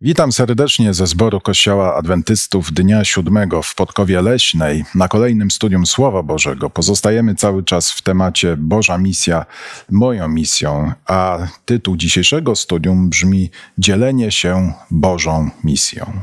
Witam serdecznie ze zboru Kościoła Adwentystów Dnia Siódmego w Podkowie Leśnej na kolejnym studium Słowa Bożego. Pozostajemy cały czas w temacie Boża misja, moją misją, a tytuł dzisiejszego studium brzmi Dzielenie się Bożą misją.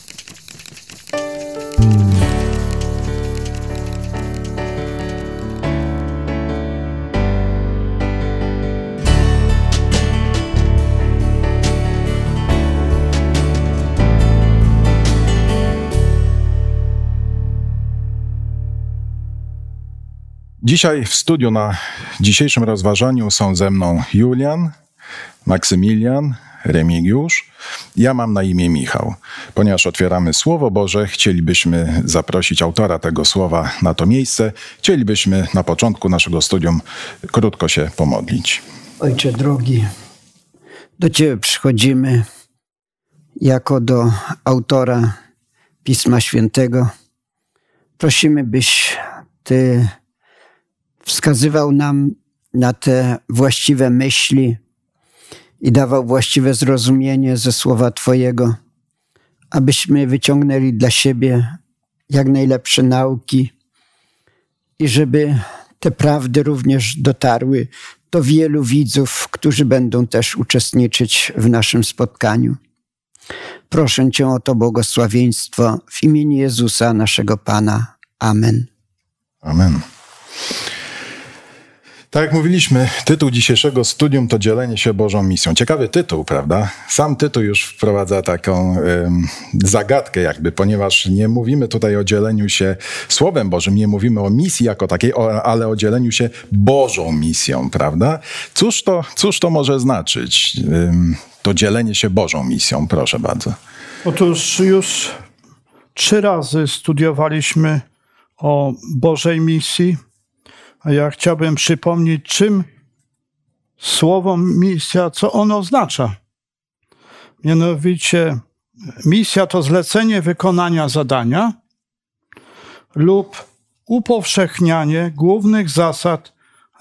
Dzisiaj w studiu na dzisiejszym rozważaniu są ze mną Julian, Maksymilian, Remigiusz. Ja mam na imię Michał. Ponieważ otwieramy Słowo Boże, chcielibyśmy zaprosić autora tego słowa na to miejsce. Chcielibyśmy na początku naszego studium krótko się pomodlić. Ojcze drogi, do Ciebie przychodzimy jako do autora Pisma Świętego. Prosimy, byś Ty wskazywał nam na te właściwe myśli i dawał właściwe zrozumienie ze słowa Twojego, abyśmy wyciągnęli dla siebie jak najlepsze nauki i żeby te prawdy również dotarły do wielu widzów, którzy będą też uczestniczyć w naszym spotkaniu. Proszę Cię o to błogosławieństwo w imieniu Jezusa, naszego Pana. Amen. Amen. Tak jak mówiliśmy, tytuł dzisiejszego studium to Dzielenie się Bożą misją. Ciekawy tytuł, prawda? Sam tytuł już wprowadza taką zagadkę jakby, ponieważ nie mówimy tutaj o dzieleniu się Słowem Bożym, nie mówimy o misji jako takiej, ale o dzieleniu się Bożą misją, prawda? Cóż to może znaczyć, to dzielenie się Bożą misją? Proszę bardzo. Otóż już 3 razy studiowaliśmy o Bożej misji. A ja chciałbym przypomnieć, czym słowo misja, co ono oznacza. Mianowicie misja to zlecenie wykonania zadania lub upowszechnianie głównych zasad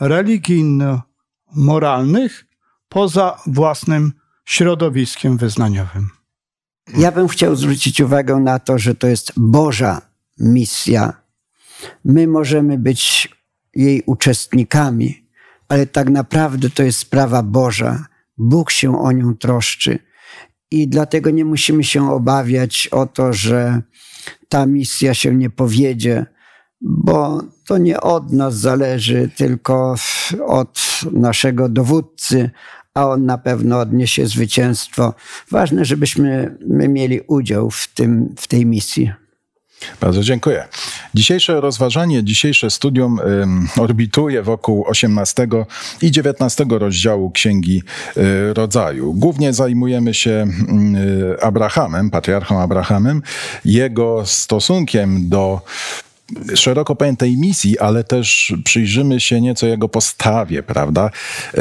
religijno-moralnych poza własnym środowiskiem wyznaniowym. Ja bym chciał zwrócić uwagę na to, że to jest Boża misja. My możemy być jej uczestnikami, ale tak naprawdę to jest sprawa Boża. Bóg się o nią troszczy i dlatego nie musimy się obawiać o to, że ta misja się nie powiedzie, bo to nie od nas zależy, tylko od naszego dowódcy, a on na pewno odniesie zwycięstwo. Ważne, żebyśmy my mieli udział w tej misji. Bardzo dziękuję. Dzisiejsze rozważanie, dzisiejsze studium orbituje wokół 18 i 19 rozdziału Księgi Rodzaju. Głównie zajmujemy się Abrahamem, patriarchą Abrahamem, jego stosunkiem do szeroko pojętej misji, ale też przyjrzymy się nieco jego postawie, prawda?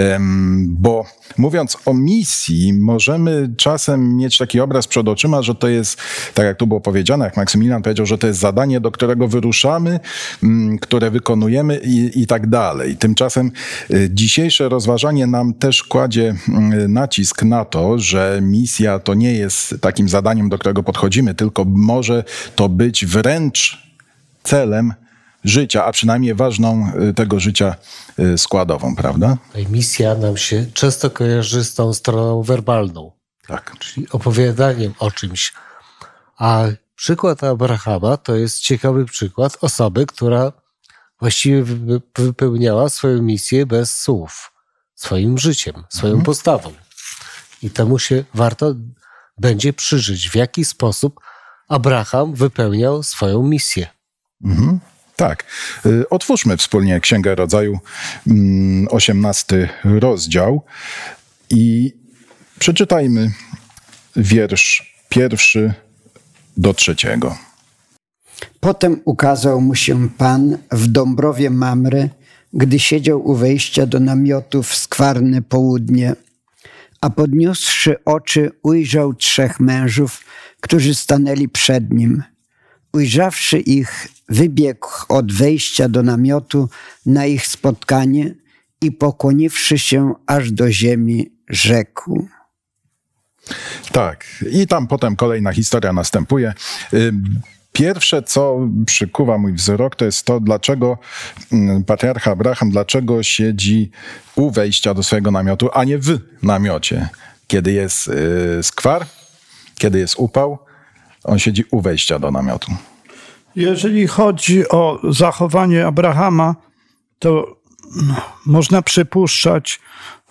Bo mówiąc o misji, możemy czasem mieć taki obraz przed oczyma, że to jest, tak jak tu było powiedziane, jak Maksymilian powiedział, że to jest zadanie, do którego wyruszamy, które wykonujemy i tak dalej. Tymczasem dzisiejsze rozważanie nam też kładzie nacisk na to, że misja to nie jest takim zadaniem, do którego podchodzimy, tylko może to być wręcz celem życia, a przynajmniej ważną tego życia składową, prawda? Misja nam się często kojarzy z tą stroną werbalną, tak, czyli opowiadaniem o czymś. A przykład Abrahama to jest ciekawy przykład osoby, która właściwie wypełniała swoją misję bez słów, swoim życiem, swoją postawą. I temu się warto będzie przyjrzeć, w jaki sposób Abraham wypełniał swoją misję. Tak. Otwórzmy wspólnie Księgę Rodzaju, 18 rozdział i przeczytajmy wiersz 1 do 3. Potem ukazał mu się Pan w Dąbrowie Mamre, gdy siedział u wejścia do namiotu w skwarne południe, a podniósłszy oczy ujrzał 3 mężów, którzy stanęli przed nim. Ujrzawszy ich, wybiegł od wejścia do namiotu na ich spotkanie i pokłoniwszy się aż do ziemi, rzekł: Tak. I tam potem kolejna historia następuje. Pierwsze, co przykuwa mój wzrok, to jest to, dlaczego patriarcha Abraham, dlaczego siedzi u wejścia do swojego namiotu, a nie w namiocie. Kiedy jest skwar, kiedy jest upał, on siedzi u wejścia do namiotu. Jeżeli chodzi o zachowanie Abrahama, to można przypuszczać,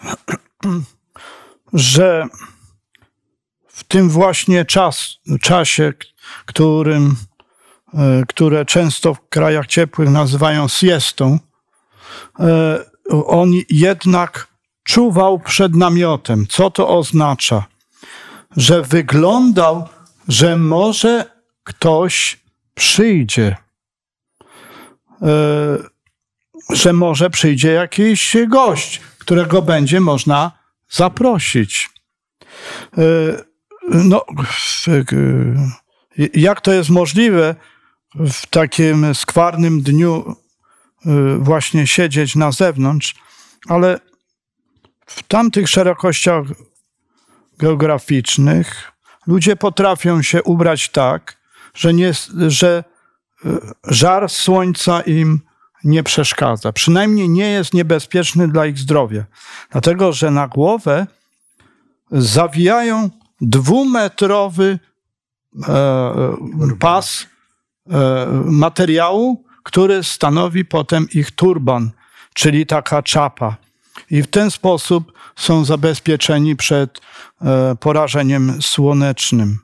że w tym właśnie czasie, które często w krajach ciepłych nazywają siestą, on jednak czuwał przed namiotem. Co to oznacza? Że wyglądał, że może ktoś przyjdzie. Że może przyjdzie jakiś gość, którego będzie można zaprosić. No, jak to jest możliwe w takim skwarnym dniu właśnie siedzieć na zewnątrz, ale w tamtych szerokościach geograficznych ludzie potrafią się ubrać tak, że żar słońca im nie przeszkadza. Przynajmniej nie jest niebezpieczny dla ich zdrowia. Dlatego, że na głowę zawijają 2-metrowy pas materiału, który stanowi potem ich turban, czyli taka czapa. I w ten sposób są zabezpieczeni przed porażeniem słonecznym.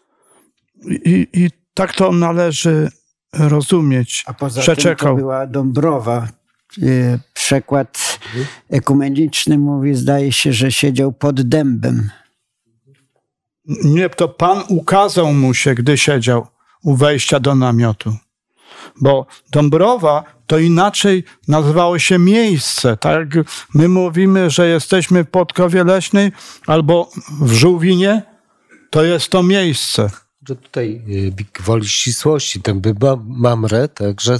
I tak to należy rozumieć. A poza tym to była Dąbrowa. Przekład ekumeniczny mówi, zdaje się, że siedział pod dębem. Nie, to Pan ukazał mu się, gdy siedział u wejścia do namiotu. Bo Dąbrowa to inaczej nazywało się miejsce. Tak jak my mówimy, że jesteśmy w Podkowie Leśnej albo w Żółwinie, to jest to miejsce. Że tutaj gwoli ścisłości, ten by Mamre, także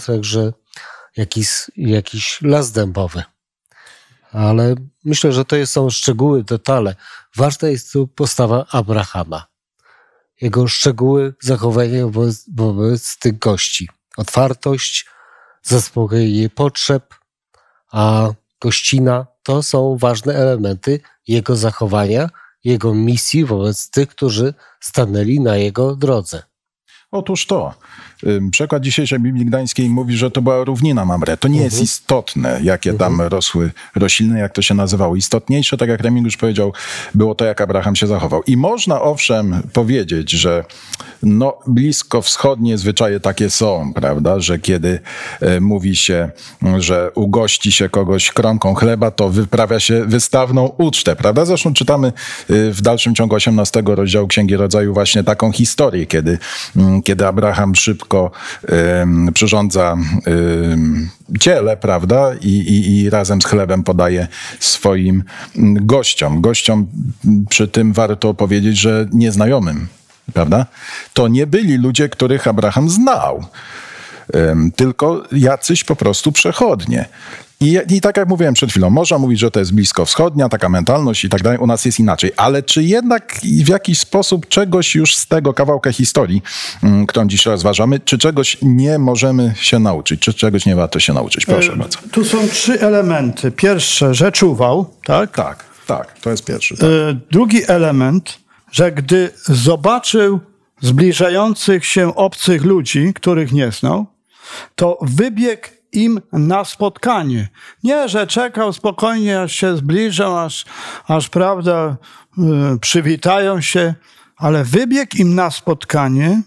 jakiś las dębowy. Ale myślę, że to są szczegóły, detale. Ważna jest tu postawa Abrahama. Jego szczegóły zachowania wobec tych gości. Otwartość, zaspokojenie potrzeb, a gościna to są ważne elementy jego zachowania, jego misji wobec tych, którzy stanęli na jego drodze. Otóż to. Przekład dzisiejszej Biblii Gdańskiej mówi, że to była równina Mamre. To nie jest istotne, jakie tam rosły rośliny, jak to się nazywało. Istotniejsze, tak jak Remigiusz powiedział, było to, jak Abraham się zachował. I można owszem powiedzieć, że bliskowschodnie zwyczaje takie są, prawda, że kiedy mówi się, że ugości się kogoś kromką chleba, to wyprawia się wystawną ucztę, prawda? Zresztą czytamy w dalszym ciągu 18 rozdziału Księgi Rodzaju właśnie taką historię, kiedy Abraham szybko przyrządza ciele, prawda? I razem z chlebem podaje swoim gościom. Gościom przy tym warto powiedzieć, że nieznajomym, prawda? To nie byli ludzie, których Abraham znał, tylko jacyś po prostu przechodnie. I tak jak mówiłem przed chwilą, można mówić, że to jest bliskowschodnia, taka mentalność i tak dalej, u nas jest inaczej. Ale czy jednak w jakiś sposób czegoś już z tego kawałka historii, którą dziś rozważamy, czy czegoś nie możemy się nauczyć, czy czegoś nie warto się nauczyć? Proszę bardzo. Tu są 3 elementy. Pierwsze, że czuwał, tak? Tak, to jest pierwszy. Tak. Drugi element, że gdy zobaczył zbliżających się obcych ludzi, których nie znał, to wybiegł im na spotkanie. Nie, że czekał spokojnie, aż się zbliżą, aż prawda, przywitają się, ale wybiegł im na spotkanie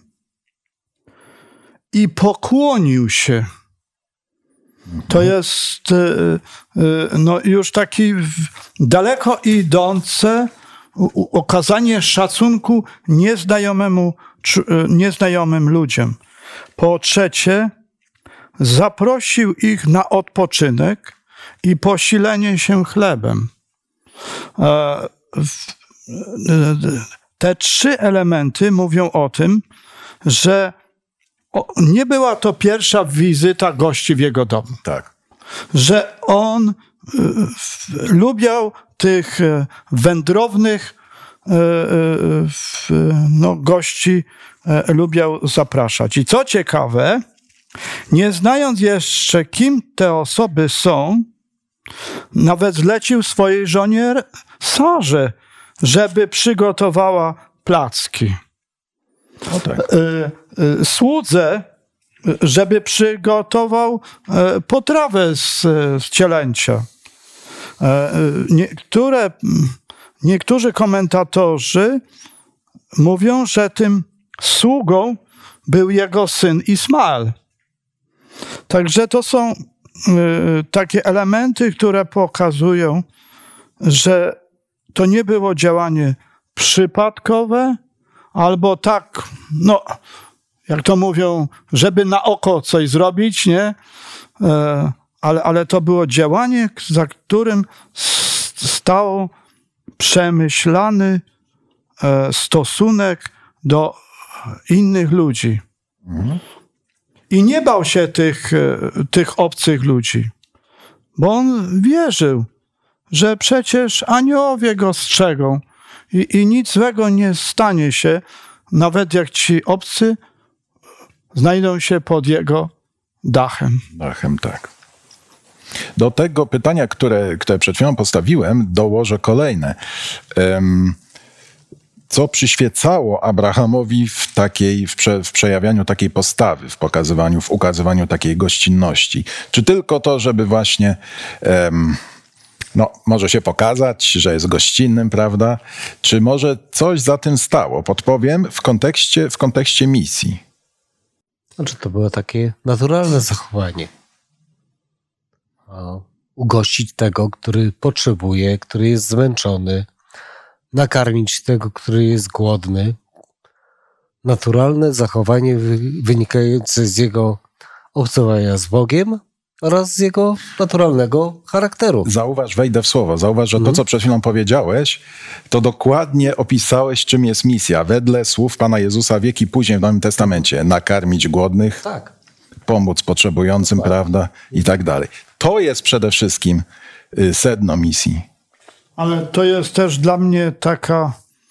i pokłonił się. To jest już taki daleko idące okazanie szacunku nieznajomym ludziom. Po trzecie, zaprosił ich na odpoczynek i posilenie się chlebem. Te 3 elementy mówią o tym, że nie była to pierwsza wizyta gości w jego domu. Tak. Że on lubiał tych wędrownych gości lubiał zapraszać. I co ciekawe, nie znając jeszcze, kim te osoby są, nawet zlecił swojej żonie Sarze, żeby przygotowała placki. O tak. Słudze, żeby przygotował potrawę z cielęcia. Niektórzy komentatorzy mówią, że tym sługą był jego syn Ismael. Także to są takie elementy, które pokazują, że to nie było działanie przypadkowe, albo tak, jak to mówią, żeby na oko coś zrobić, nie? Ale to było działanie, za którym stał przemyślany stosunek do innych ludzi. I nie bał się tych obcych ludzi, bo on wierzył, że przecież aniołowie go strzegą i nic złego nie stanie się, nawet jak ci obcy znajdą się pod jego dachem. Dachem, tak. Do tego pytania, które przed chwilą postawiłem, dołożę kolejne. Co przyświecało Abrahamowi w przejawianiu takiej postawy, w ukazywaniu takiej gościnności? Czy tylko to, żeby właśnie może się pokazać, że jest gościnnym, prawda? Czy może coś za tym stało? Podpowiem, w kontekście misji. Znaczy, to było takie naturalne zachowanie. Ugościć tego, który potrzebuje, który jest zmęczony, nakarmić tego, który jest głodny. Naturalne zachowanie wynikające z jego obcowania z Bogiem oraz z jego naturalnego charakteru. Wejdę w słowo. Zauważ, że to, co przed chwilą powiedziałeś, to dokładnie opisałeś, czym jest misja. Wedle słów Pana Jezusa wieki później w Nowym Testamencie. Nakarmić głodnych, Tak. pomóc potrzebującym, prawda? I tak dalej. To jest przede wszystkim sedno misji. Ale to jest też dla mnie taka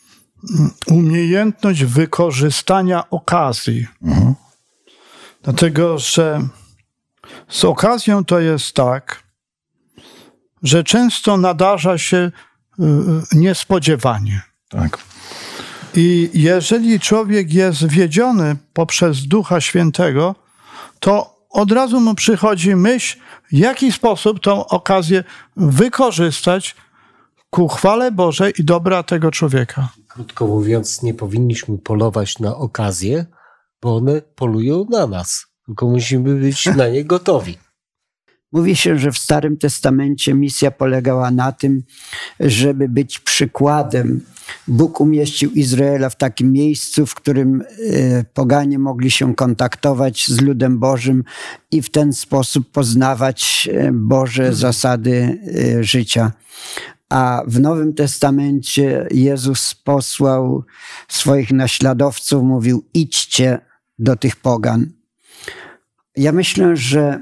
umiejętność wykorzystania okazji. Dlatego, że z okazją to jest tak, że często nadarza się niespodziewanie. Tak. I jeżeli człowiek jest wiedziony poprzez Ducha Świętego, to od razu mu przychodzi myśl, w jaki sposób tą okazję wykorzystać ku chwale Bożej i dobra tego człowieka. Krótko mówiąc, nie powinniśmy polować na okazje, bo one polują na nas. Tylko musimy być na nie gotowi. Mówi się, że w Starym Testamencie misja polegała na tym, żeby być przykładem. Bóg umieścił Izraela w takim miejscu, w którym poganie mogli się kontaktować z ludem Bożym i w ten sposób poznawać Boże zasady życia. A w Nowym Testamencie Jezus posłał swoich naśladowców, mówił: idźcie do tych pogan. Ja myślę, że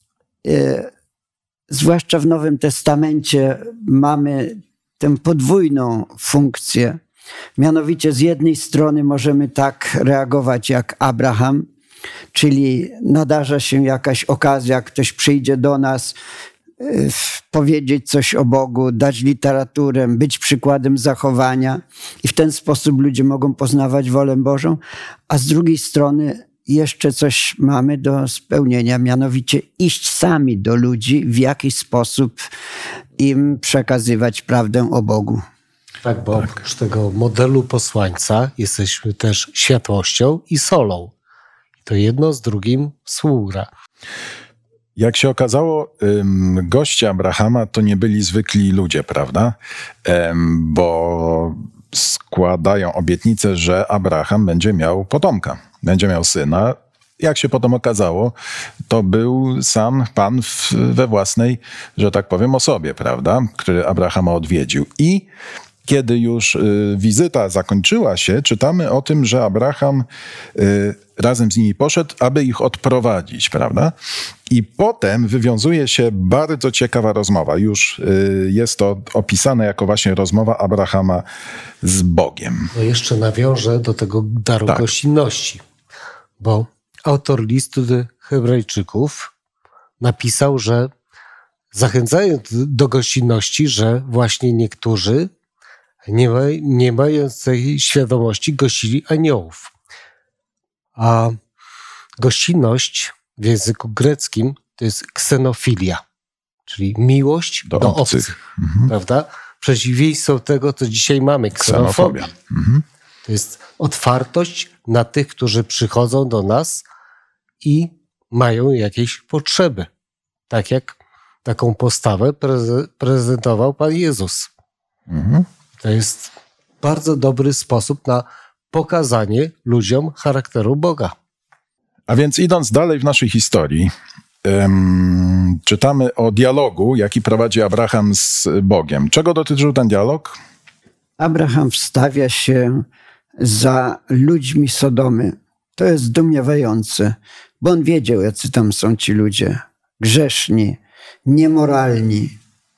zwłaszcza w Nowym Testamencie mamy tę podwójną funkcję. Mianowicie z jednej strony możemy tak reagować jak Abraham, czyli nadarza się jakaś okazja, ktoś przyjdzie do nas, powiedzieć coś o Bogu, dać literaturę, być przykładem zachowania i w ten sposób ludzie mogą poznawać wolę Bożą, a z drugiej strony jeszcze coś mamy do spełnienia, mianowicie iść sami do ludzi, w jakiś sposób im przekazywać prawdę o Bogu. Tak, bo oprócz tego modelu posłańca jesteśmy też światłością i solą. I to jedno z drugim współgra. Jak się okazało, goście Abrahama to nie byli zwykli ludzie, prawda? Bo składają obietnicę, że Abraham będzie miał potomka, będzie miał syna. Jak się potem okazało, to był sam Pan we własnej, że tak powiem, osobie, prawda? Który Abrahama odwiedził. I kiedy już wizyta zakończyła się, czytamy o tym, że Abraham razem z nimi poszedł, aby ich odprowadzić, prawda? I potem wywiązuje się bardzo ciekawa rozmowa. Już jest to opisane jako właśnie rozmowa Abrahama z Bogiem. No jeszcze nawiążę do tego daru gościnności, bo autor listu do Hebrajczyków napisał, że zachęcając do gościnności, że właśnie niektórzy, nie mając tej świadomości, gościli aniołów. A gościnność w języku greckim to jest ksenofilia, czyli miłość do obcych. Prawda? Przeciwieństwem tego, co dzisiaj mamy, ksenofobia. To jest otwartość na tych, którzy przychodzą do nas i mają jakieś potrzeby. Tak jak taką postawę prezentował Pan Jezus. To jest bardzo dobry sposób na pokazanie ludziom charakteru Boga. A więc idąc dalej w naszej historii, czytamy o dialogu, jaki prowadzi Abraham z Bogiem. Czego dotyczył ten dialog? Abraham wstawia się za ludźmi Sodomy. To jest zdumiewające, bo on wiedział, jacy tam są ci ludzie. Grzeszni, niemoralni.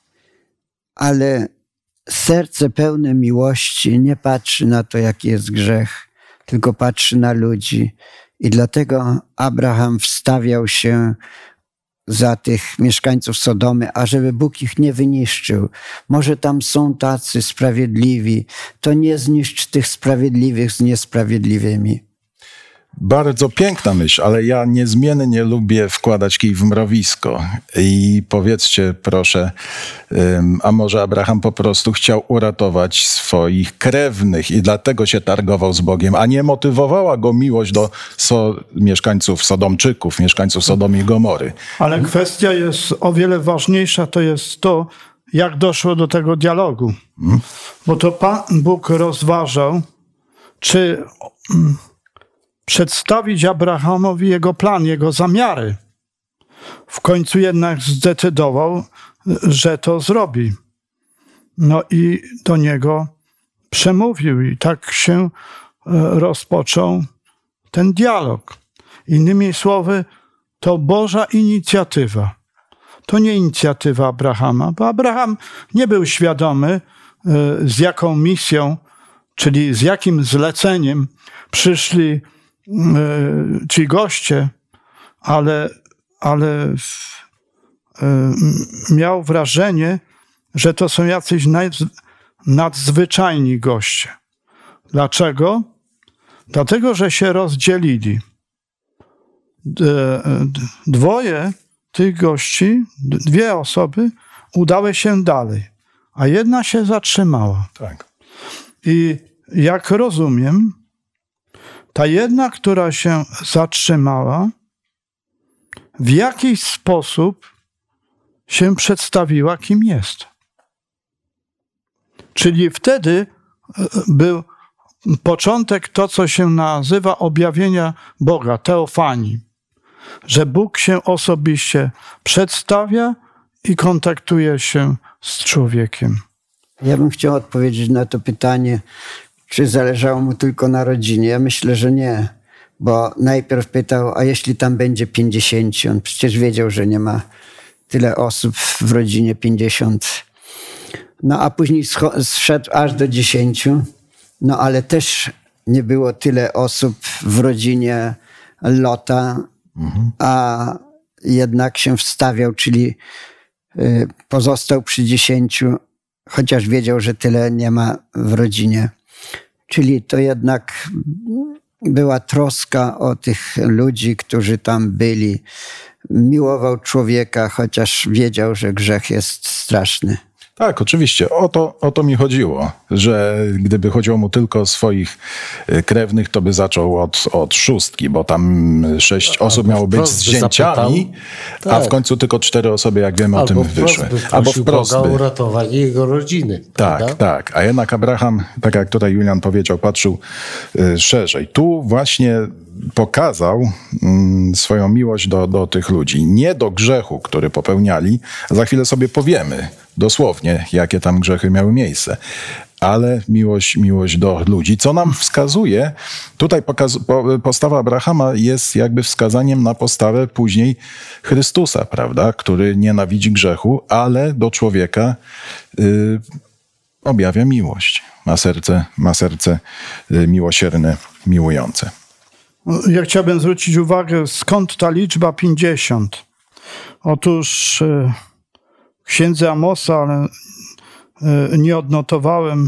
Ale serce pełne miłości nie patrzy na to, jaki jest grzech, tylko patrzy na ludzi. I dlatego Abraham wstawiał się za tych mieszkańców Sodomy, ażeby Bóg ich nie wyniszczył. Może tam są tacy sprawiedliwi, to nie zniszcz tych sprawiedliwych z niesprawiedliwymi. Bardzo piękna myśl, ale ja niezmiennie lubię wkładać kij w mrowisko. I powiedzcie proszę, a może Abraham po prostu chciał uratować swoich krewnych i dlatego się targował z Bogiem, a nie motywowała go miłość do mieszkańców Sodomczyków, mieszkańców Sodomy i Gomory. Ale kwestia jest o wiele ważniejsza, to jest to, jak doszło do tego dialogu. Bo to Pan Bóg rozważał, czy przedstawić Abrahamowi jego plan, jego zamiary. W końcu jednak zdecydował, że to zrobi. No i do niego przemówił i tak się rozpoczął ten dialog. Innymi słowy, to Boża inicjatywa. To nie inicjatywa Abrahama, bo Abraham nie był świadomy, z jaką misją, czyli z jakim zleceniem przyszli ci goście, ale miał wrażenie, że to są jacyś nadzwyczajni goście. Dlaczego? Dlatego, że się rozdzielili. Dwoje tych gości, dwie osoby udały się dalej, a jedna się zatrzymała. Tak. I jak rozumiem, ta jedna, która się zatrzymała, w jakiś sposób się przedstawiła, kim jest. Czyli wtedy był początek to, co się nazywa objawienia Boga, teofanii. Że Bóg się osobiście przedstawia i kontaktuje się z człowiekiem. Ja bym chciał odpowiedzieć na to pytanie, czy zależało mu tylko na rodzinie. Ja myślę, że nie, bo najpierw pytał, a jeśli tam będzie 50? On przecież wiedział, że nie ma tyle osób w rodzinie 50. No a później zszedł aż do 10, no ale też nie było tyle osób w rodzinie Lota, a jednak się wstawiał, czyli pozostał przy 10, chociaż wiedział, że tyle nie ma w rodzinie. Czyli to jednak była troska o tych ludzi, którzy tam byli. Miłował człowieka, chociaż wiedział, że grzech jest straszny. Tak, oczywiście. O to mi chodziło, że gdyby chodziło mu tylko o swoich krewnych, to by zaczął od 6, bo tam 6 osób miało być z zięciami, a w końcu tylko 4 osoby, jak wiemy, o tym wyszły. Albo wprost Boga o uratowanie jego rodziny. Tak, prawda? tak. A jednak Abraham, tak jak tutaj Julian powiedział, patrzył szerzej. Tu właśnie pokazał swoją miłość do tych ludzi. Nie do grzechu, który popełniali. Za chwilę sobie powiemy dosłownie, jakie tam grzechy miały miejsce. ale miłość do ludzi. Co nam wskazuje, tutaj postawa Abrahama jest jakby wskazaniem na postawę później Chrystusa, prawda, który nienawidzi grzechu, ale do człowieka objawia miłość. Ma serce miłosierne, miłujące. Ja chciałbym zwrócić uwagę, skąd ta liczba 50. Otóż w księdze Amosa, ale nie odnotowałem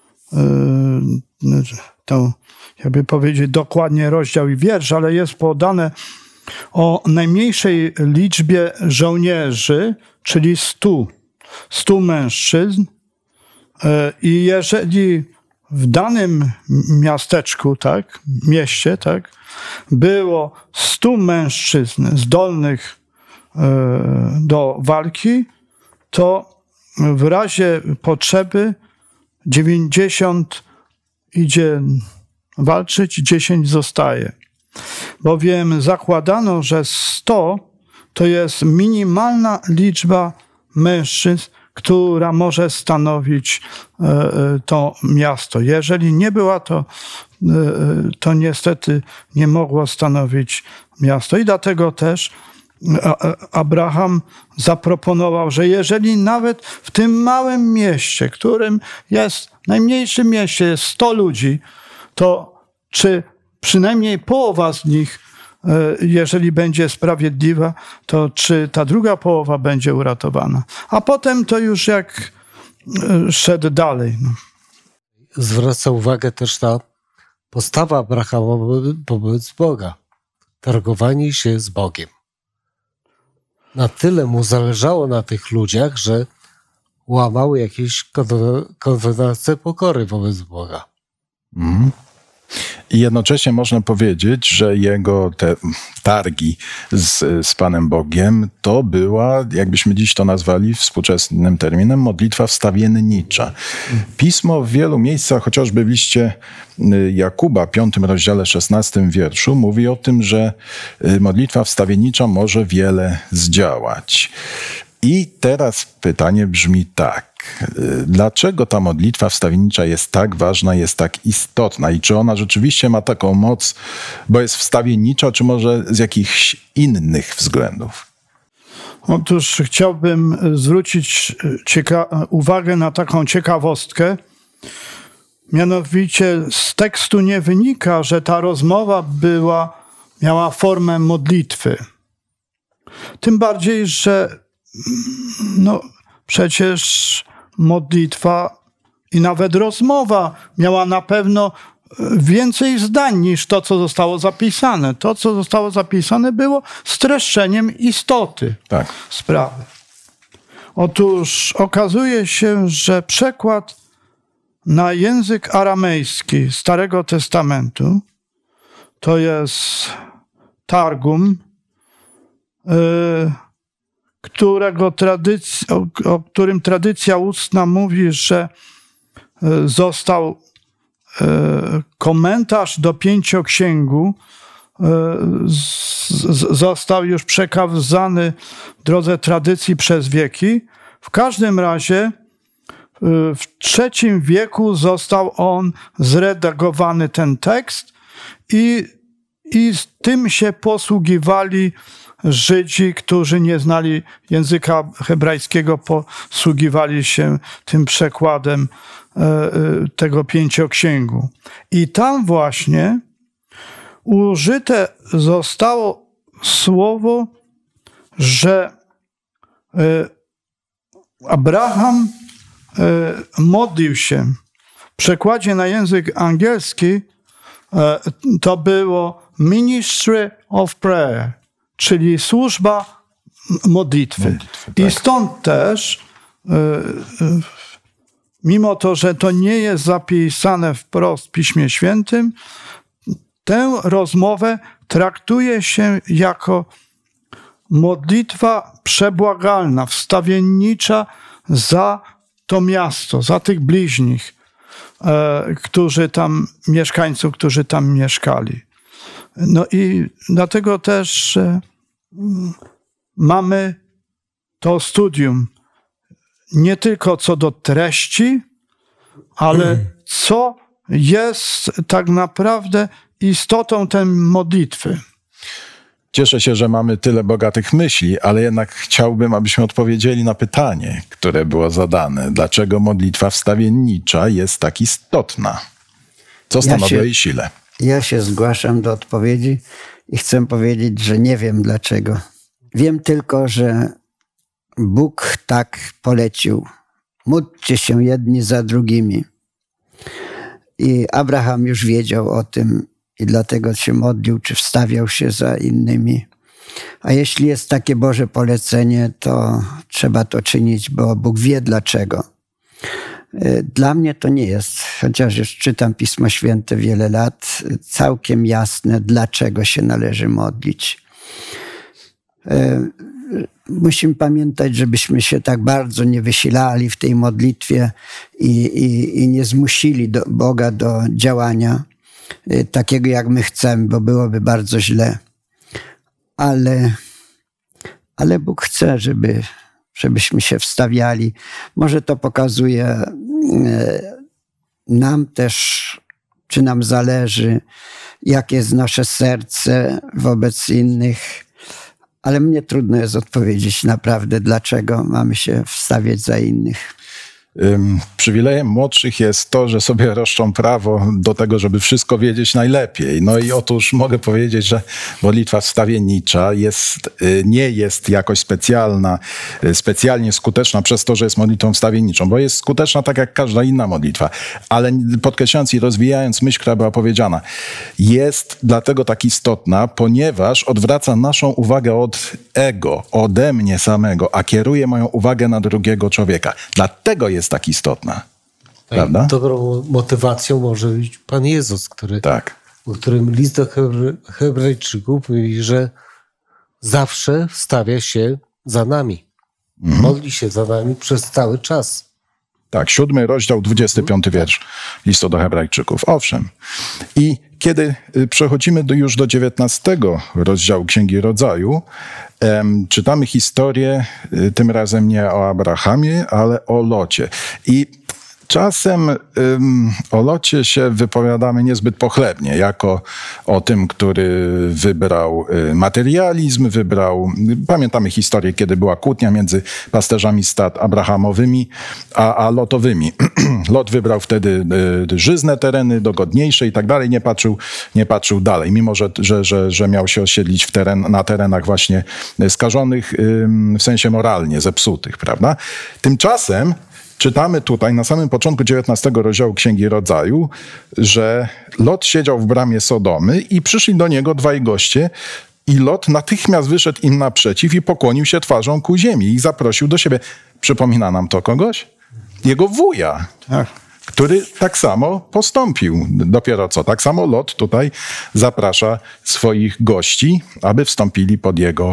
to, jakby powiedzieć, dokładnie rozdział i wiersz, ale jest podane o najmniejszej liczbie żołnierzy, czyli 100 mężczyzn. I jeżeli w danym miasteczku, tak, mieście, tak, było 100 mężczyzn zdolnych do walki, to w razie potrzeby 90 idzie walczyć, 10 zostaje. Bowiem zakładano, że 100 to jest minimalna liczba mężczyzn, która może stanowić to miasto. Jeżeli nie była to niestety nie mogło stanowić miasto. I dlatego też Abraham zaproponował, że jeżeli nawet w tym małym mieście, którym jest, najmniejszym mieście jest 100 ludzi, to czy przynajmniej połowa z nich, jeżeli będzie sprawiedliwa, to czy ta druga połowa będzie uratowana. A potem to już jak szedł dalej. Zwraca uwagę też ta postawa Abrahama wobec Boga. Targowanie się z Bogiem. Na tyle mu zależało na tych ludziach, że łamał jakieś konwencje pokory wobec Boga. I jednocześnie można powiedzieć, że jego te targi z Panem Bogiem to była, jakbyśmy dziś to nazwali współczesnym terminem, modlitwa wstawiennicza. Pismo w wielu miejscach, chociażby w liście Jakuba, 5 rozdziale 16 wierszu, mówi o tym, że modlitwa wstawiennicza może wiele zdziałać. I teraz pytanie brzmi tak. Dlaczego ta modlitwa wstawiennicza jest tak ważna, jest tak istotna? I czy ona rzeczywiście ma taką moc, bo jest wstawiennicza, czy może z jakichś innych względów? Otóż chciałbym zwrócić uwagę na taką ciekawostkę. Mianowicie z tekstu nie wynika, że ta rozmowa miała formę modlitwy. Tym bardziej, że przecież modlitwa i nawet rozmowa miała na pewno więcej zdań niż to, co zostało zapisane. To, co zostało zapisane, było streszczeniem istoty sprawy. Otóż okazuje się, że przekład na język aramejski Starego Testamentu to jest Targum, o którym tradycja ustna mówi, że został komentarz do Pięcioksięgu, został już przekazany w drodze tradycji przez wieki. W każdym razie w III wieku został on zredagowany, ten tekst, i z tym się posługiwali Żydzi, którzy nie znali języka hebrajskiego, posługiwali się tym przekładem tego Pięcioksięgu. I tam właśnie użyte zostało słowo, że Abraham modlił się. W przekładzie na język angielski to było ministry of prayer, czyli służba modlitwy. Tak. I stąd też, mimo to, że to nie jest zapisane wprost w Piśmie Świętym, tę rozmowę traktuje się jako modlitwa przebłagalna, wstawiennicza za to miasto, za tych bliźnich, mieszkańców, którzy tam mieszkali. No i dlatego też mamy to studium nie tylko co do treści, ale co jest tak naprawdę istotą tej modlitwy? Cieszę się, że mamy tyle bogatych myśli, ale jednak chciałbym, abyśmy odpowiedzieli na pytanie, które było zadane. Dlaczego modlitwa wstawiennicza jest tak istotna? Co stanowi o jej sile? Ja się zgłaszam do odpowiedzi i chcę powiedzieć, że nie wiem dlaczego. Wiem tylko, że Bóg tak polecił. Módlcie się jedni za drugimi. I Abraham już wiedział o tym i dlatego się modlił, czy wstawiał się za innymi. A jeśli jest takie Boże polecenie, to trzeba to czynić, bo Bóg wie dlaczego. Dla mnie to nie jest, chociaż już czytam Pismo Święte wiele lat, całkiem jasne, dlaczego się należy modlić. Musimy pamiętać, żebyśmy się tak bardzo nie wysilali w tej modlitwie i nie zmusili Boga do działania takiego, jak my chcemy, bo byłoby bardzo źle. Ale Bóg chce, żebyśmy się wstawiali. Może to pokazuje nam też, czy nam zależy, jakie jest nasze serce wobec innych. Ale mnie trudno jest odpowiedzieć naprawdę, dlaczego mamy się wstawiać za innych. Przywilejem młodszych jest to, że sobie roszczą prawo do tego, żeby wszystko wiedzieć najlepiej. No i otóż mogę powiedzieć, że modlitwa wstawiennicza nie jest jakoś specjalnie skuteczna przez to, że jest modlitwą wstawienniczą, bo jest skuteczna tak jak każda inna modlitwa. Ale podkreślając i rozwijając myśl, która była powiedziana, jest dlatego tak istotna, ponieważ odwraca naszą uwagę od ego, ode mnie samego, a kieruje moją uwagę na drugiego człowieka. Dlatego jest tak istotna. Prawda? Dobrą motywacją może być Pan Jezus, o którym list do Hebrajczyków mówi, że zawsze wstawia się za nami. Modli się za nami przez cały czas. Tak, 7 rozdział, 25 wiersz listu do Hebrajczyków. Owszem. I kiedy przechodzimy już do 19 rozdziału Księgi Rodzaju, czytamy historię, tym razem nie o Abrahamie, ale o Locie. I czasem o Locie się wypowiadamy niezbyt pochlebnie, jako o tym, który wybrał materializm, pamiętamy historię, kiedy była kłótnia między pasterzami stad abrahamowymi a lotowymi. Lot wybrał wtedy żyzne tereny, dogodniejsze i tak dalej, nie patrzył dalej, mimo że miał się osiedlić na terenach właśnie skażonych, w sensie moralnie zepsutych, prawda? Tymczasem czytamy tutaj na samym początku 19 rozdziału Księgi Rodzaju, że Lot siedział w bramie Sodomy i przyszli do niego dwaj goście i Lot natychmiast wyszedł im naprzeciw i pokłonił się twarzą ku ziemi i zaprosił do siebie. Przypomina nam to kogoś? Jego wuja, który tak samo postąpił. Dopiero co, tak samo Lot tutaj zaprasza swoich gości, aby wstąpili pod jego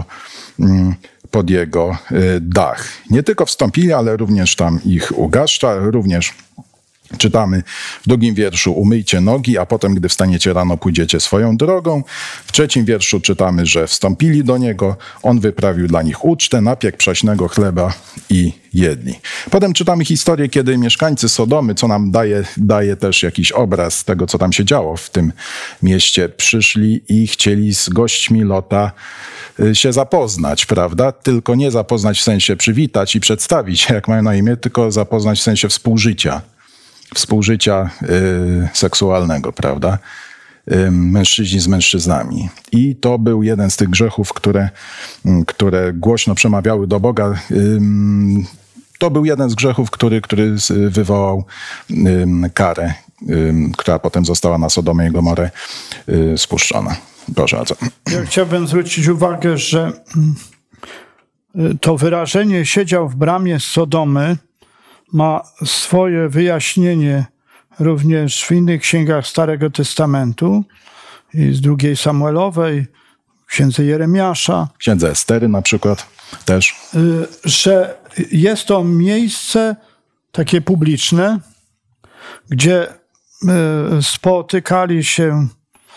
dach. Nie tylko wstąpili, ale również tam ich ugaszcza, również czytamy w 2 wierszu: umyjcie nogi, a potem, gdy wstaniecie rano, pójdziecie swoją drogą. W 3 wierszu czytamy, że wstąpili do niego, on wyprawił dla nich ucztę, napiekł przaśnego chleba i jedli. Potem czytamy historię, kiedy mieszkańcy Sodomy, co nam daje też jakiś obraz tego, co tam się działo w tym mieście, przyszli i chcieli z gośćmi Lota się zapoznać, prawda? Tylko nie zapoznać w sensie przywitać i przedstawić, jak mają na imię, tylko zapoznać w sensie współżycia seksualnego, prawda? Mężczyźni z mężczyznami. I to był jeden z tych grzechów, które głośno przemawiały do Boga. To był jeden z grzechów, który wywołał karę, która potem została na Sodomę i Gomorę spuszczona. Proszę bardzo. Ja chciałbym zwrócić uwagę, że to wyrażenie siedział w bramie Sodomy ma swoje wyjaśnienie również w innych księgach Starego Testamentu, i z 2 Samuelowej, księdze Jeremiasza. Księdze Estery na przykład też. Że jest to miejsce takie publiczne, gdzie spotykali się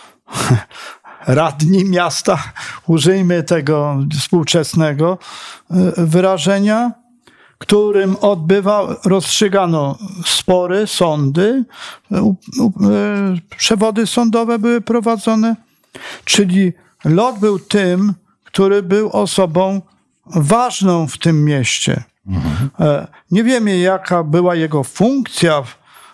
radni miasta, użyjmy tego współczesnego wyrażenia, którym rozstrzygano spory, sądy, przewody sądowe były prowadzone, czyli Lot był tym, który był osobą ważną w tym mieście. Nie wiemy, jaka była jego funkcja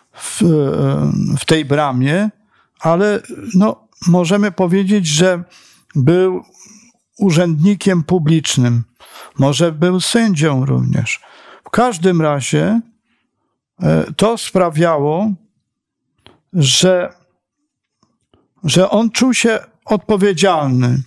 w tej bramie, ale no, możemy powiedzieć, że był urzędnikiem publicznym. Może był sędzią również. W każdym razie to sprawiało, że on czuł się odpowiedzialny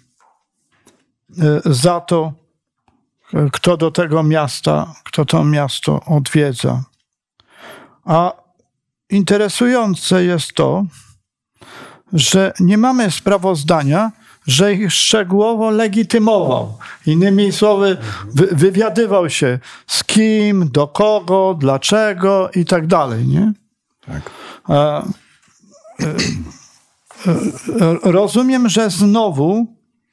za to, kto do tego miasta, kto to miasto odwiedza. A interesujące jest to, że nie mamy sprawozdania, że ich szczegółowo legitymował. Innymi słowy, wywiadywał się z kim, do kogo, dlaczego i tak dalej, nie? Tak. Rozumiem, że znowu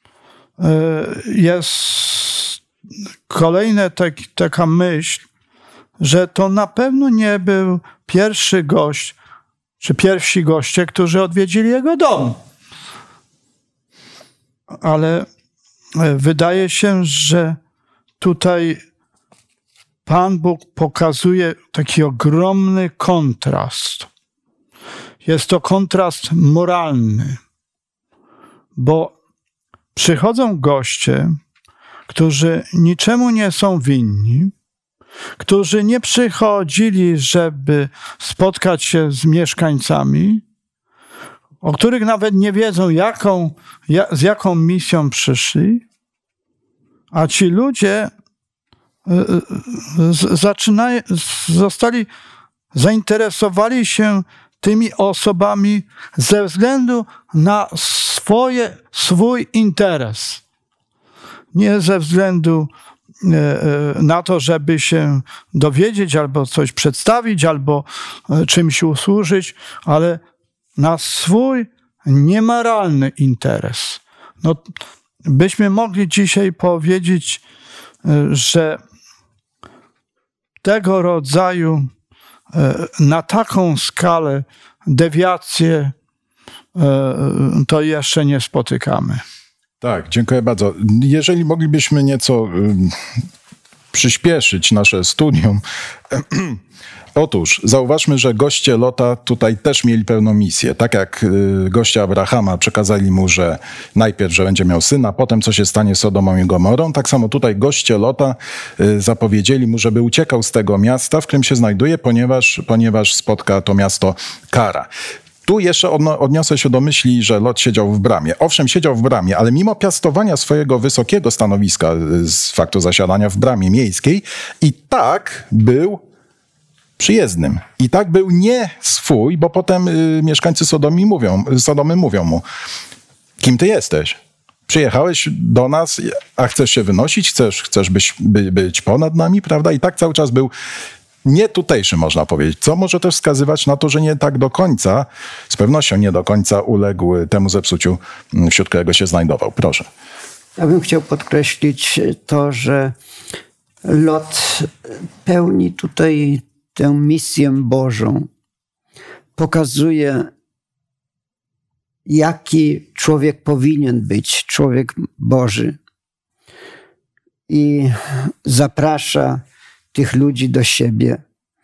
jest kolejna taka myśl, że to na pewno nie był pierwszy gość, czy pierwsi goście, którzy odwiedzili jego dom. Ale wydaje się, że tutaj Pan Bóg pokazuje taki ogromny kontrast. Jest to kontrast moralny, bo przychodzą goście, którzy niczemu nie są winni, którzy nie przychodzili, żeby spotkać się z mieszkańcami, o których nawet nie wiedzą, z jaką misją przyszli, a ci ludzie zainteresowali się tymi osobami ze względu na swój interes. Nie ze względu na to, żeby się dowiedzieć, albo coś przedstawić, albo czymś usłużyć, ale na swój niemoralny interes. No, byśmy mogli dzisiaj powiedzieć, że tego rodzaju na taką skalę dewiacje to jeszcze nie spotykamy. Tak, dziękuję bardzo. Jeżeli moglibyśmy nieco przyspieszyć nasze studium. Otóż zauważmy, że goście Lota tutaj też mieli pełną misję. Tak jak goście Abrahama przekazali mu, że najpierw, że będzie miał syna, potem co się stanie z Sodomą i Gomorą, tak samo tutaj goście Lota zapowiedzieli mu, żeby uciekał z tego miasta, w którym się znajduje, ponieważ spotka to miasto kara. Tu jeszcze odniosę się do myśli, że Lot siedział w bramie. Owszem, siedział w bramie, ale mimo piastowania swojego wysokiego stanowiska z faktu zasiadania w bramie miejskiej, i tak był przyjezdnym. I tak był nie swój, bo potem mieszkańcy Sodomy mówią mu, kim ty jesteś? Przyjechałeś do nas, a chcesz się wynosić? Chcesz być ponad nami, prawda? I tak cały czas był nie tutejszy, można powiedzieć. Co może też wskazywać na to, że nie tak do końca, z pewnością nie do końca uległ temu zepsuciu, wśród którego się znajdował. Proszę. Ja bym chciał podkreślić to, że Lot pełni tutaj tę misję Bożą. Pokazuje, jaki człowiek powinien być, człowiek Boży. I zaprasza tych ludzi do siebie.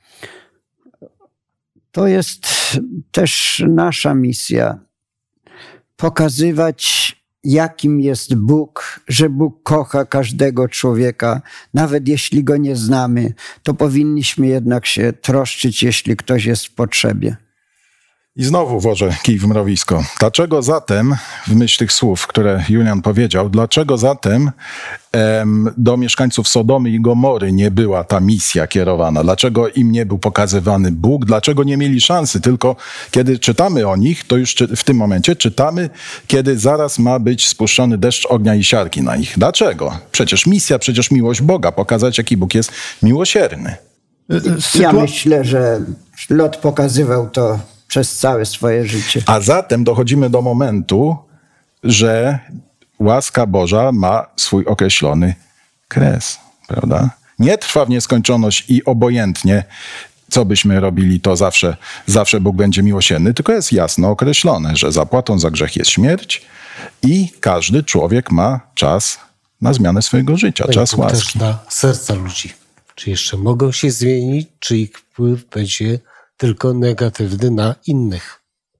To jest też nasza misja. Pokazywać, jakim jest Bóg, że Bóg kocha każdego człowieka. Nawet jeśli go nie znamy, to powinniśmy jednak się troszczyć, jeśli ktoś jest w potrzebie. I znowu włożę kij w mrowisko. Dlaczego zatem, w myśl tych słów, które Julian powiedział, dlaczego zatem do mieszkańców Sodomy i Gomory nie była ta misja kierowana? Dlaczego im nie był pokazywany Bóg? Dlaczego nie mieli szansy? Tylko kiedy czytamy o nich, to już w tym momencie czytamy, kiedy zaraz ma być spuszczony deszcz ognia i siarki na nich. Dlaczego? Przecież misja, przecież miłość Boga, pokazać, jaki Bóg jest miłosierny. Ja myślę, że Lot pokazywał to przez całe swoje życie. A zatem dochodzimy do momentu, że łaska Boża ma swój określony kres, prawda? nie trwa w nieskończoność i obojętnie, co byśmy robili, to zawsze Bóg będzie miłosierny, tylko jest jasno określone, że zapłatą za grzech jest śmierć i każdy człowiek ma czas na zmianę swojego życia, czas Bóg też łaski. na serca ludzi. Czy jeszcze mogą się zmienić, czy ich wpływ będzie tylko negatywny na innych?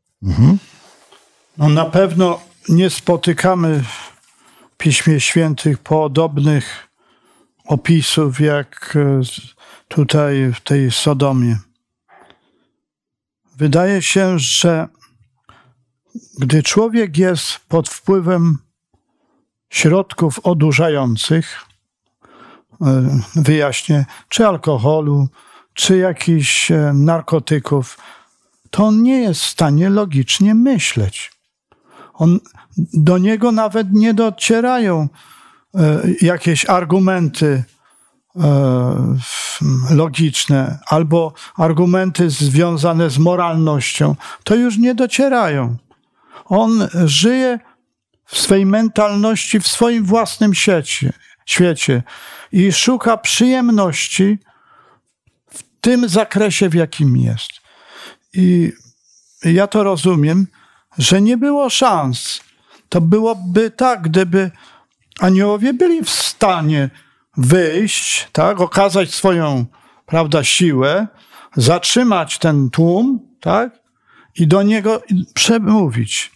No na pewno nie spotykamy w Piśmie Świętych podobnych opisów jak tutaj w tej Sodomie. Wydaje się, że gdy człowiek jest pod wpływem środków odurzających, wyjaśnię, czy alkoholu, czy jakichś narkotyków, to on nie jest w stanie logicznie myśleć. Do niego nawet nie docierają jakieś argumenty logiczne albo argumenty związane z moralnością. To już nie docierają. On żyje w swej mentalności, w swoim własnym świecie i szuka przyjemności w tym zakresie, w jakim jest. I ja to rozumiem, że nie było szans. To byłoby tak, gdyby aniołowie byli w stanie wyjść, tak, okazać swoją, prawda, siłę, zatrzymać ten tłum, tak, i do niego przemówić.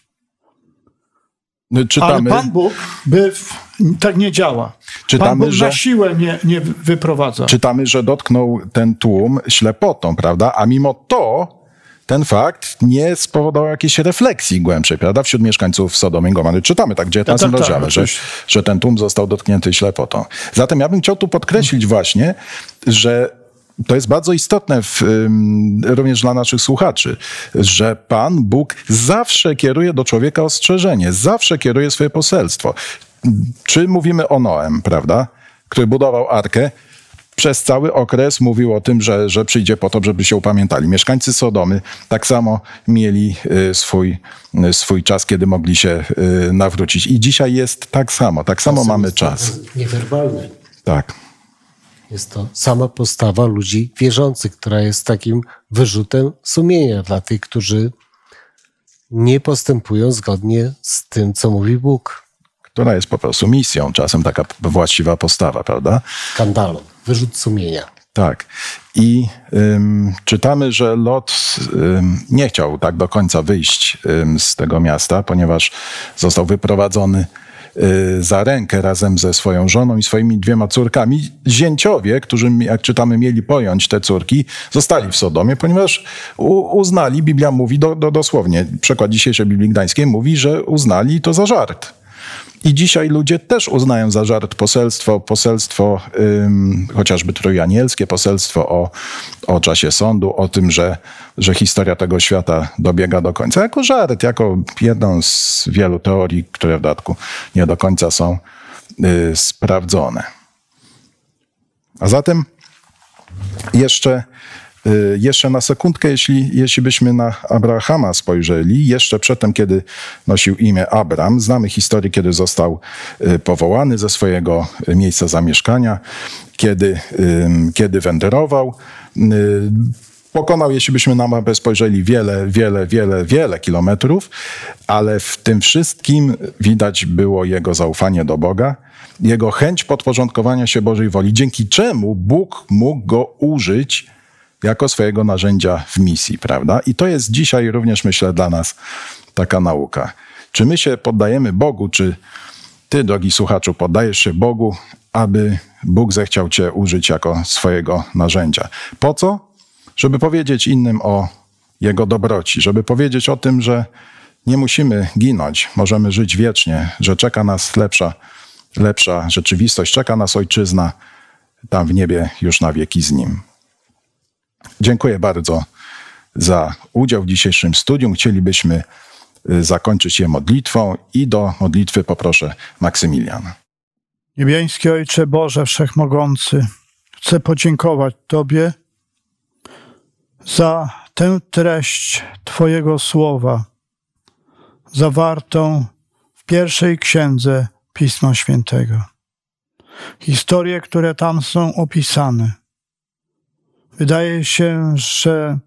Czytamy, ale Pan Bóg tak nie działa. Pan Bóg na siłę nie wyprowadza. Czytamy, że dotknął ten tłum ślepotą, prawda? A mimo to ten fakt nie spowodował jakiejś refleksji głębszej, prawda? Wśród mieszkańców Sodomy i Gomory. Czytamy tak w 19 rozdziale, że ten tłum został dotknięty ślepotą. Zatem ja bym chciał tu podkreślić właśnie, że to jest bardzo istotne również dla naszych słuchaczy, że Pan Bóg zawsze kieruje do człowieka ostrzeżenie, zawsze kieruje swoje poselstwo. Czy mówimy o Noem, prawda, który budował arkę, przez cały okres mówił o tym, że przyjdzie potop, żeby się upamiętali. Mieszkańcy Sodomy tak samo mieli swój czas, kiedy mogli się nawrócić. I dzisiaj jest tak samo mamy czas. Niewerbalny. Tak. Jest to sama postawa ludzi wierzących, która jest takim wyrzutem sumienia dla tych, którzy nie postępują zgodnie z tym, co mówi Bóg. Która jest po prostu misją, czasem taka właściwa postawa, prawda? Skandalą, wyrzut sumienia. Tak. I czytamy, że Lot nie chciał tak do końca wyjść z tego miasta, ponieważ został wyprowadzony za rękę razem ze swoją żoną i swoimi 2 córkami. Zięciowie, którzy, jak czytamy, mieli pojąć te córki, zostali w Sodomie, ponieważ uznali, Biblia mówi dosłownie, przekład dzisiejszej Biblii Gdańskiej mówi, że uznali to za żart. I dzisiaj ludzie też uznają za żart poselstwo chociażby trójanielskie, poselstwo o czasie sądu, o tym, że historia tego świata dobiega do końca. Jako żart, jako jedną z wielu teorii, które w dodatku nie do końca są sprawdzone. A zatem jeszcze na sekundkę, jeśli byśmy na Abrahama spojrzeli, jeszcze przedtem, kiedy nosił imię Abram, znamy historię, kiedy został powołany ze swojego miejsca zamieszkania, kiedy wędrował. Pokonał, jeśli byśmy na mapę spojrzeli, wiele kilometrów, ale w tym wszystkim widać było jego zaufanie do Boga, jego chęć podporządkowania się Bożej woli, dzięki czemu Bóg mógł go użyć jako swojego narzędzia w misji, prawda? I to jest dzisiaj również, myślę, dla nas taka nauka. Czy my się poddajemy Bogu, czy ty, drogi słuchaczu, poddajesz się Bogu, aby Bóg zechciał cię użyć jako swojego narzędzia? Po co? Żeby powiedzieć innym o Jego dobroci, żeby powiedzieć o tym, że nie musimy ginąć, możemy żyć wiecznie, że czeka nas lepsza rzeczywistość, czeka nas ojczyzna tam w niebie już na wieki z Nim. Dziękuję bardzo za udział w dzisiejszym studium. Chcielibyśmy zakończyć je modlitwą i do modlitwy poproszę Maksymiliana. Niebiański Ojcze Boże Wszechmogący, chcę podziękować Tobie za tę treść Twojego słowa, zawartą w pierwszej księdze Pisma Świętego. historie, które tam są opisane. Wydaje się, że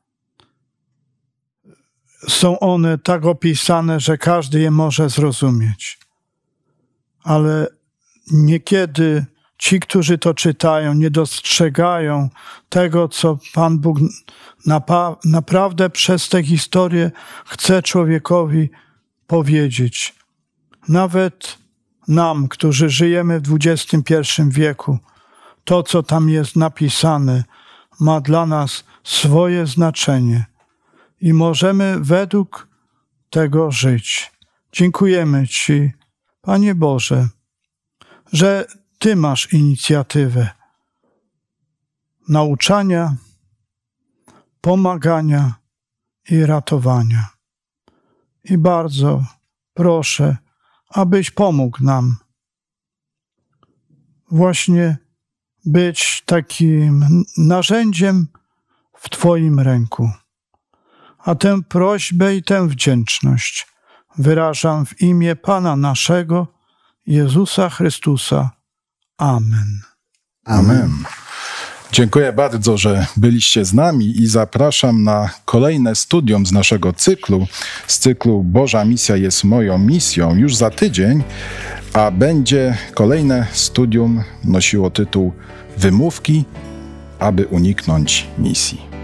są one tak opisane, że każdy je może zrozumieć. Ale niekiedy ci, którzy to czytają, nie dostrzegają tego, co Pan Bóg naprawdę przez tę historię chce człowiekowi powiedzieć. Nawet nam, którzy żyjemy w XXI wieku, to, co tam jest napisane, ma dla nas swoje znaczenie i możemy według tego żyć. Dziękujemy Ci, Panie Boże, że Ty masz inicjatywę nauczania, pomagania i ratowania. I bardzo proszę, abyś pomógł nam właśnie być takim narzędziem w Twoim ręku. A tę prośbę i tę wdzięczność wyrażam w imię Pana naszego, Jezusa Chrystusa. Amen. Amen. Dziękuję bardzo, że byliście z nami i zapraszam na kolejne studium z naszego cyklu, z cyklu Boża Misja jest moją misją, już za tydzień, a będzie kolejne studium nosiło tytuł Wymówki, aby uniknąć misji.